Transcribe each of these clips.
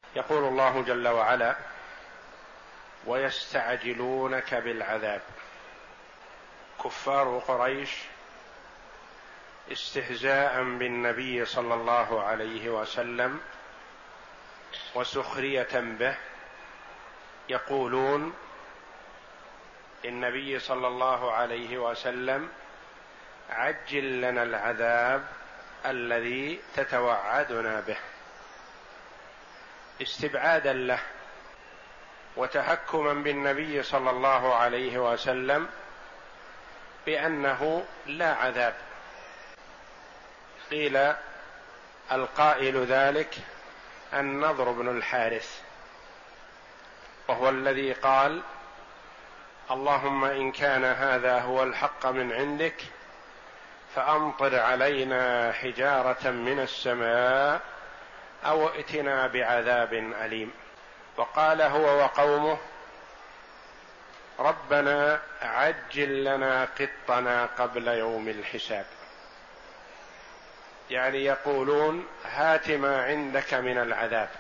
يقول الله جل وعلا: ويستعجلونك بالعذاب. كفار قريش استهزاء بالنبي صلى الله عليه وسلم وسخرية به يقولون للنبي صلى الله عليه وسلم: عجل لنا العذاب الذي تتوعدنا به، استبعادا له وتهكما بالنبي صلى الله عليه وسلم بأنه لا عذاب. قيل القائل ذلك النضر بن الحارث، وهو الذي قال: اللهم إن كان هذا هو الحق من عندك فأمطر علينا حجارة من السماء أو ائتنا بعذاب أليم. وقال هو وقومه: ربنا عجل لنا قطنا قبل يوم الحساب، يعني يقولون هات ما عندك من العذاب.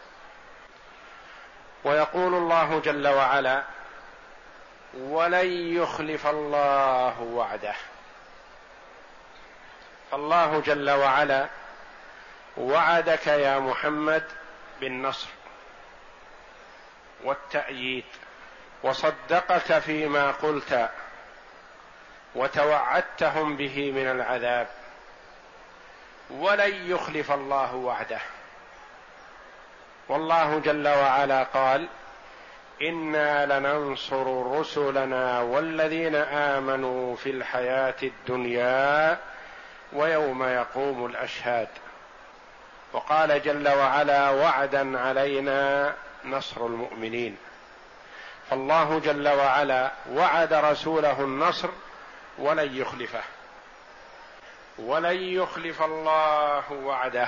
ويقول الله جل وعلا: ولن يخلف الله وعده. فالله جل وعلا وعدك يا محمد بالنصر والتأييد، وصدقك فيما قلت وتوعدتهم به من العذاب، ولن يخلف الله وعده. والله جل وعلا قال: إنا لننصر رسلنا والذين آمنوا في الحياة الدنيا ويوم يقوم الأشهاد. وقال جل وعلا: وعدا علينا نصر المؤمنين. فالله جل وعلا وعد رسوله النصر ولن يخلفه، ولن يخلف الله وعده.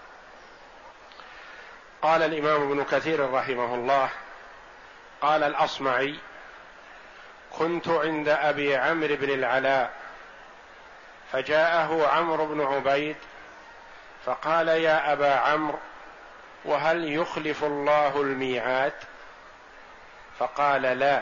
قال الإمام ابن كثير رحمه الله: قال الأصمعي: كنت عند أبي عمرو بن العلاء فجاءه عمرو بن عبيد فقال: يا أبا عمرو، وهل يخلف الله الميعاد؟ فقال: لا.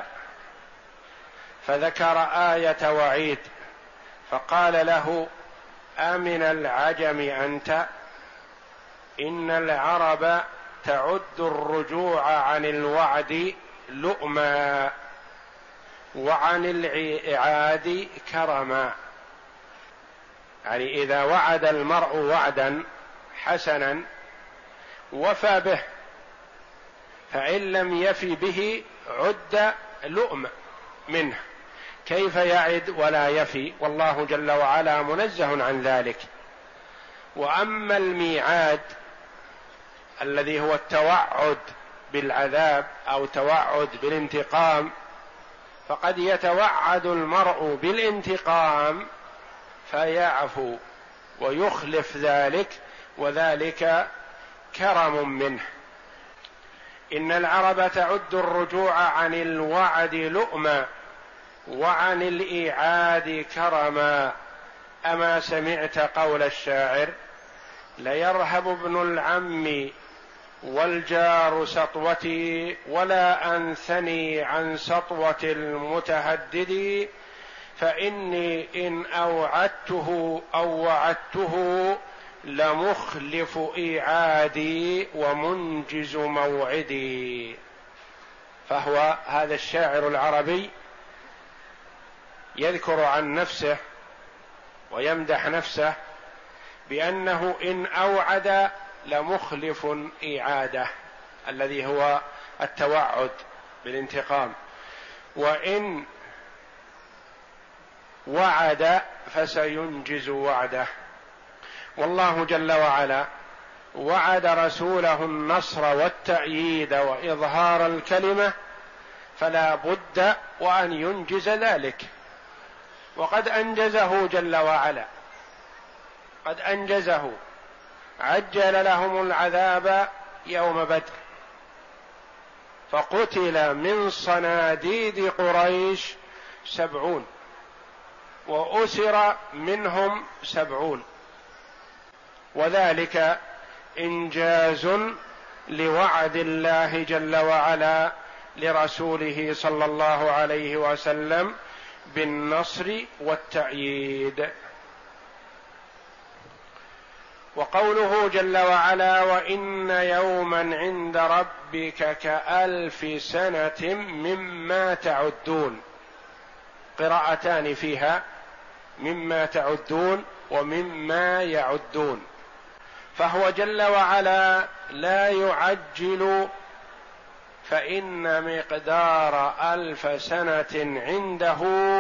فذكر آية وعيد فقال له: أمن العجم أنت؟ إن العرب تعد الرجوع عن الوعد لؤما وعن الإعاد كرما. يعني إذا وعد المرء وعدا حسنا وفى به، فإن لم يفي به عد لؤم منه. كيف يعد ولا يفي؟ والله جل وعلا منزه عن ذلك. وأما الميعاد الذي هو التوعد بالعذاب أو توعد بالانتقام، فقد يتوعد المرء بالانتقام فيعفو ويخلف ذلك، وذلك كرم منه. إن العرب تعد الرجوع عن الوعد لؤما وعن الإيعاد كرما. أما سمعت قول الشاعر: ليرهب ابن العم والجار سطوتي ولا أنثني عن سطوة المتهدد، فإني إن أوعدته أو وعدته لمخلف إيعادي ومنجز موعدي. فهو هذا الشاعر العربي يذكر عن نفسه ويمدح نفسه بأنه إن أوعد لمخلف إيعاده، الذي هو التوعد بالانتقام، وإن وعد فسينجز وعده. والله جل وعلا وعد رسوله النصر والتأييد وإظهار الكلمة، فلا بد وأن ينجز ذلك، وقد أنجزه جل وعلا، قد أنجزه. عجل لهم العذاب يوم بدر، فقتل من صناديد قريش 70، وأسر منهم 70، وذلك إنجاز لوعد الله جل وعلا لرسوله صلى الله عليه وسلم بالنصر والتأييد. وقوله جل وعلا وإن يوما عند ربك كألف سنة مما تعدون، قراءتان فيها، مما تعدون ومما يعدون، فهو جل وعلا لا يعجل، فإن مقدار 1000 سنة عنده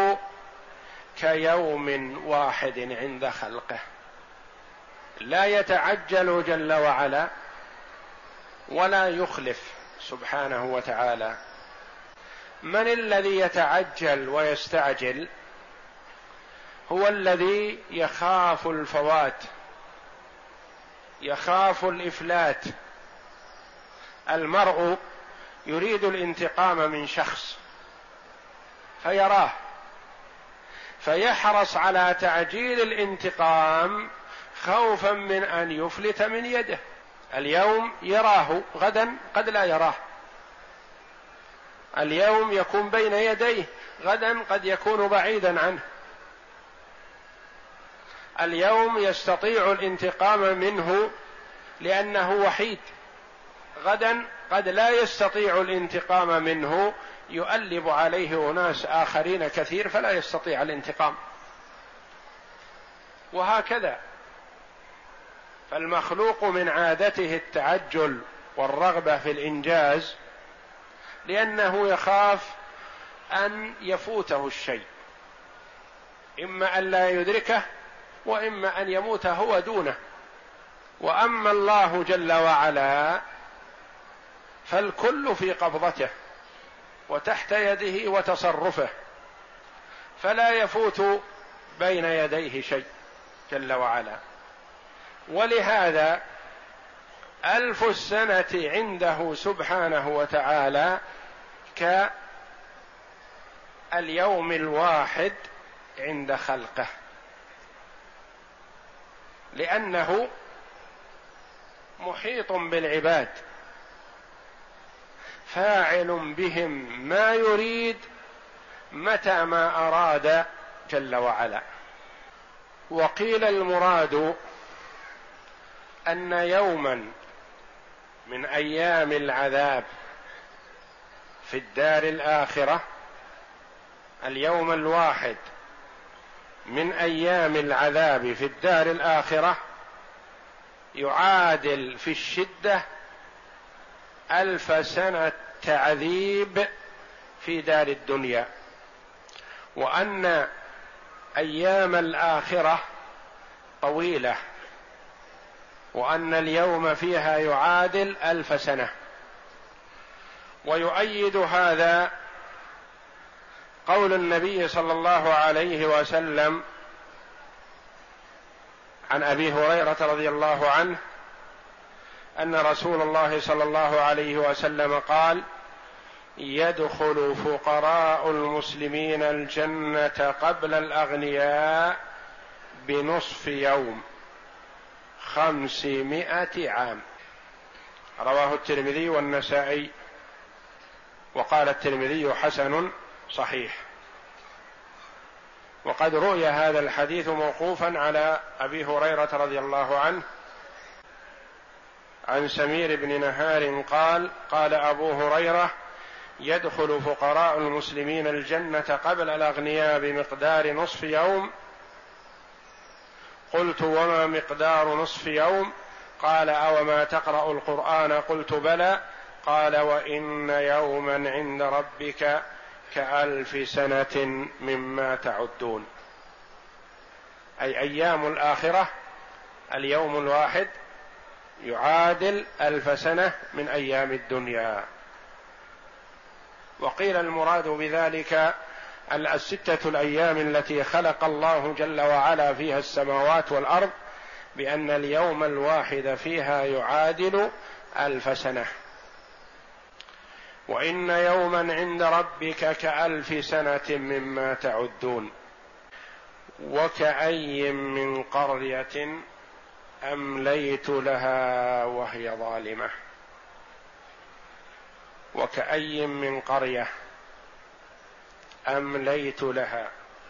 كيوم واحد عند خلقه، لا يتعجل جل وعلا ولا يخلف سبحانه وتعالى. من الذي يتعجل ويستعجل؟ هو الذي يخاف الفوات، يخاف الإفلات. المرء يريد الانتقام من شخص فيراه فيحرص على تعجيل الانتقام خوفا من أن يفلت من يده. اليوم يراه، غدا قد لا يراه. اليوم يكون بين يديه، غدا قد يكون بعيدا عنه. اليوم يستطيع الانتقام منه لأنه وحيد، غدا قد لا يستطيع الانتقام منه، يؤلب عليه أناس آخرين كثير فلا يستطيع الانتقام، وهكذا. فالمخلوق من عادته التعجل والرغبة في الإنجاز، لأنه يخاف أن يفوته الشيء، إما أن لا يدركه وإما أن يموت هو دونه. وأما الله جل وعلا فالكل في قبضته وتحت يده وتصرفه، فلا يفوت بين يديه شيء جل وعلا. ولهذا 1000 سنة عنده سبحانه وتعالى كاليوم الواحد عند خلقه، لأنه محيط بالعباد، فاعل بهم ما يريد متى ما أراد جل وعلا. وقيل المراد أن يوما من أيام العذاب في الدار الآخرة، اليوم الواحد من أيام العذاب في الدار الآخرة يعادل في الشدة 1000 سنة تعذيب في دار الدنيا، وأن أيام الآخرة طويلة، وأن اليوم فيها يعادل 1000 سنة. ويؤيد هذا قول النبي صلى الله عليه وسلم عن أبي هريرة رضي الله عنه أن رسول الله صلى الله عليه وسلم قال: يدخل فقراء المسلمين الجنة قبل الأغنياء بنصف يوم 500 عام. رواه الترمذي والنسائي، وقال الترمذي حسن صحيح. وقد روي هذا الحديث موقوفا على أبي هريرة رضي الله عنه عن سمير بن نهار قال: قال أبو هريرة: يدخل فقراء المسلمين الجنة قبل الأغنياء بمقدار نصف يوم. قلت: وما مقدار نصف يوم؟ قال: أوما تقرأ القرآن؟ قلت: بلى. قال: وإن يوما عند ربك ك1000 سنة مما تعدون. أي أيام الآخرة اليوم الواحد يعادل 1000 سنة من أيام الدنيا. وقيل المراد بذلك 6 الأيام التي خلق الله جل وعلا فيها السماوات والأرض، بأن اليوم الواحد فيها يعادل 1000 سنة. وإن يوما عند ربك ك1000 سنة مما تعدون. وكأي من قرية أمليت لها وهي ظالمة. وكأي من قرية أمليت لها.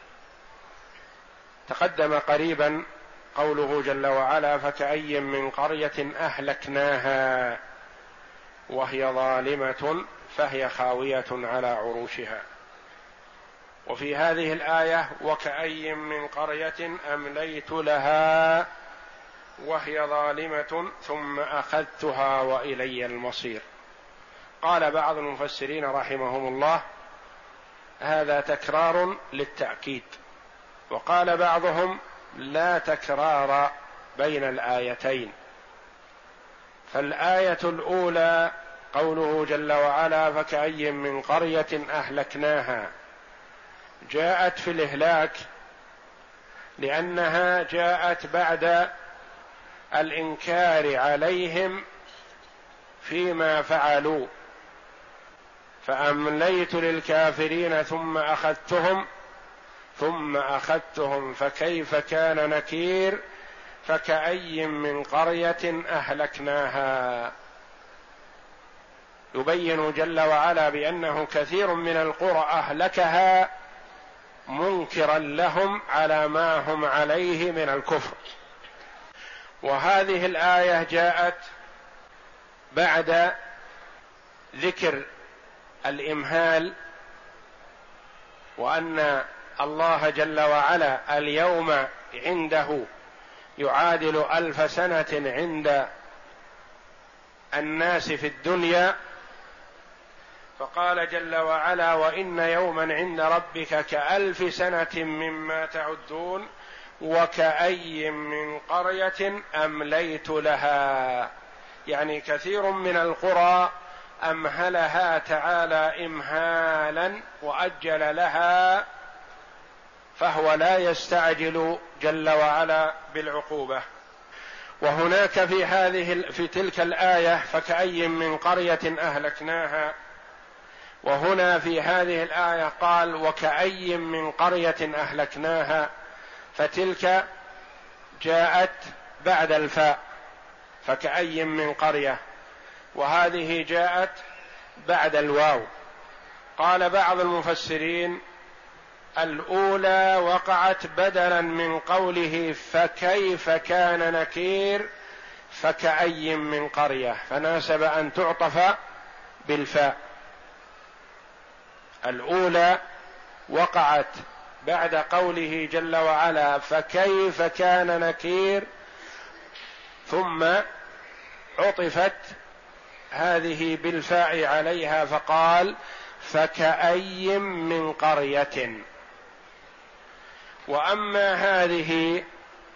تقدم قريبا قوله جل وعلا فكأي من قرية أهلكناها وهي ظالمة فهي خاوية على عروشها. وفي هذه الآية وكأي من قرية أمليت لها وهي ظالمة ثم أخذتها وإلي المصير. قال بعض المفسرين رحمهم الله هذا تكرار للتأكيد، وقال بعضهم لا تكرار بين الآيتين، فالآية الأولى قوله جل وعلا فكأي من قرية أهلكناها جاءت في الإهلاك لأنها جاءت بعد الإنكار عليهم فيما فعلوا، فأمليت للكافرين ثم أخذتهم فكيف كان نكير فكأي من قرية أهلكناها. يبين جل وعلا بأنه كثير من القرى أهلكها منكرا لهم على ما هم عليه من الكفر. وهذه الآية جاءت بعد ذكر الإمهال، وأن الله جل وعلا اليوم عنده يعادل 1000 سنة عند الناس في الدنيا، فقال جل وعلا وإن يوما عند ربك كألف سنة مما تعدون وكأي من قرية أمليت لها، يعني كثير من القرى أمهلها تعالى إمهالا وأجل لها، فهو لا يستعجل جل وعلا بالعقوبة. وهناك في تلك الآية فكأي من قرية أهلكناها، وهنا في هذه الآية قال وكأي من قرية أهلكناها، فتلك جاءت بعد الفاء فكأي من قرية، وهذه جاءت بعد الواو. قال بعض المفسرين الأولى وقعت بدلا من قوله فكيف كان نكير فكأي من قرية، فناسب أن تعطف بالفاء. الأولى وقعت بعد قوله جل وعلا فكيف كان نكير، ثم عطفت هذه بالفاء عليها فقال فكأي من قرية. وأما هذه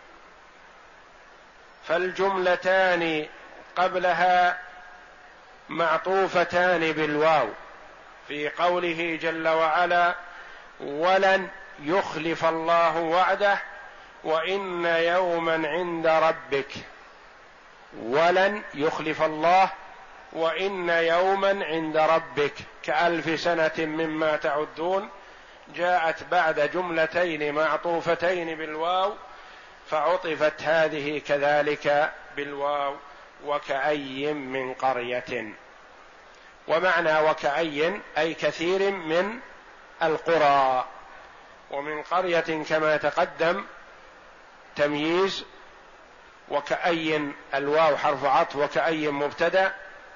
فالجملتان قبلها معطوفتان بالواو في قوله جل وعلا ولن يخلف الله وعده وإن يوما عند ربك، ولن يخلف الله وإن يوما عند ربك كألف سنة مما تعدون، جاءت بعد جملتين معطوفتين بالواو فعطفت هذه كذلك بالواو وكأي من قرية. ومعنى وكأي أي كثير من القرى، ومن قرية كما تقدم تمييز، وكأي الواو حرف عطف وكأي مبتدأ،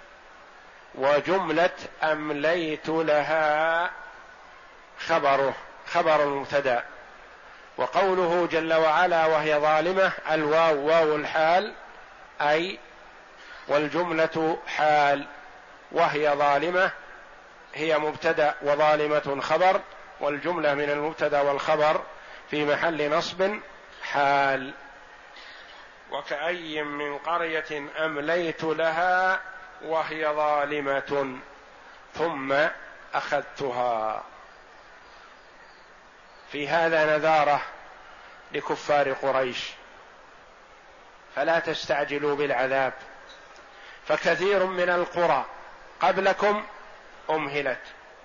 وجملة أمليت لها خبر المبتدأ. وقوله جل وعلا وهي ظالمة الواو واو الحال أي والجملة حال، وهي ظالمة هي مبتدأ وظالمة خبر، والجملة من المبتدأ والخبر في محل نصب حال. وكأي من قرية أمليت لها وهي ظالمة ثم أخذتها. في هذا نذارة لكفار قريش، فلا تستعجلوا بالعذاب، فكثير من القرى قبلكم أمهلت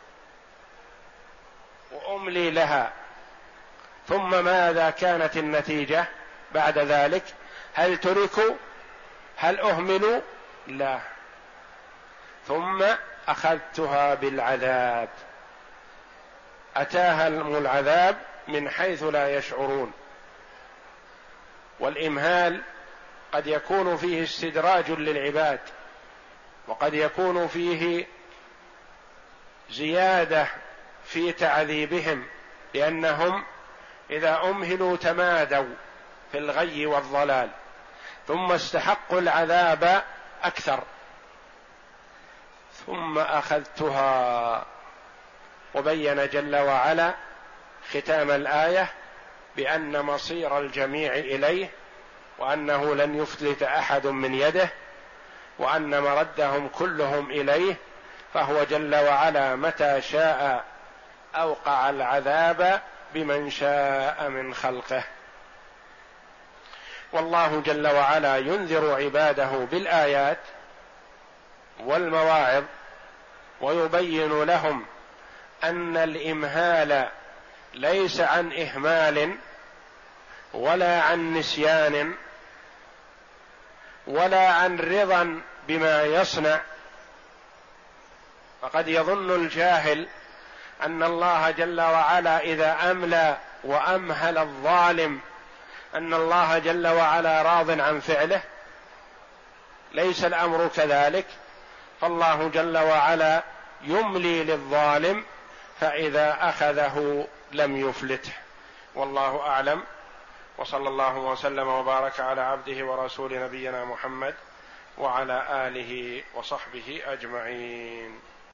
وأملي لها، ثم ماذا كانت النتيجة بعد ذلك؟ هل تركوا؟ هل أهملوا؟ لا، ثم أخذتها بالعذاب، أتاهم العذاب من حيث لا يشعرون. والإمهال قد يكون فيه استدراج للعباد، وقد يكون فيه زيادة في تعذيبهم، لأنهم إذا أمهلوا تمادوا في الغي والضلال، ثم استحقوا العذاب أكثر، ثم أخذتها. وبين جل وعلا ختام الآية بأن مصير الجميع إليه، وأنه لن يفلت أحد من يده، وأن مردهم كلهم إليه، فهو جل وعلا متى شاء أوقع العذاب بمن شاء من خلقه. والله جل وعلا ينذر عباده بالآيات والمواعظ، ويبين لهم أن الإمهال ليس عن إهمال ولا عن نسيان ولا عن رضا بما يصنع. فقد يظن الجاهل أن الله جل وعلا إذا أملى وأمهل الظالم أن الله جل وعلا راض عن فعله، ليس الأمر كذلك. فالله جل وعلا يملي للظالم، فإذا أخذه لم يفلته. والله أعلم، وصلى الله وسلم وبارك على عبده ورسول نبينا محمد وعلى آله وصحبه أجمعين.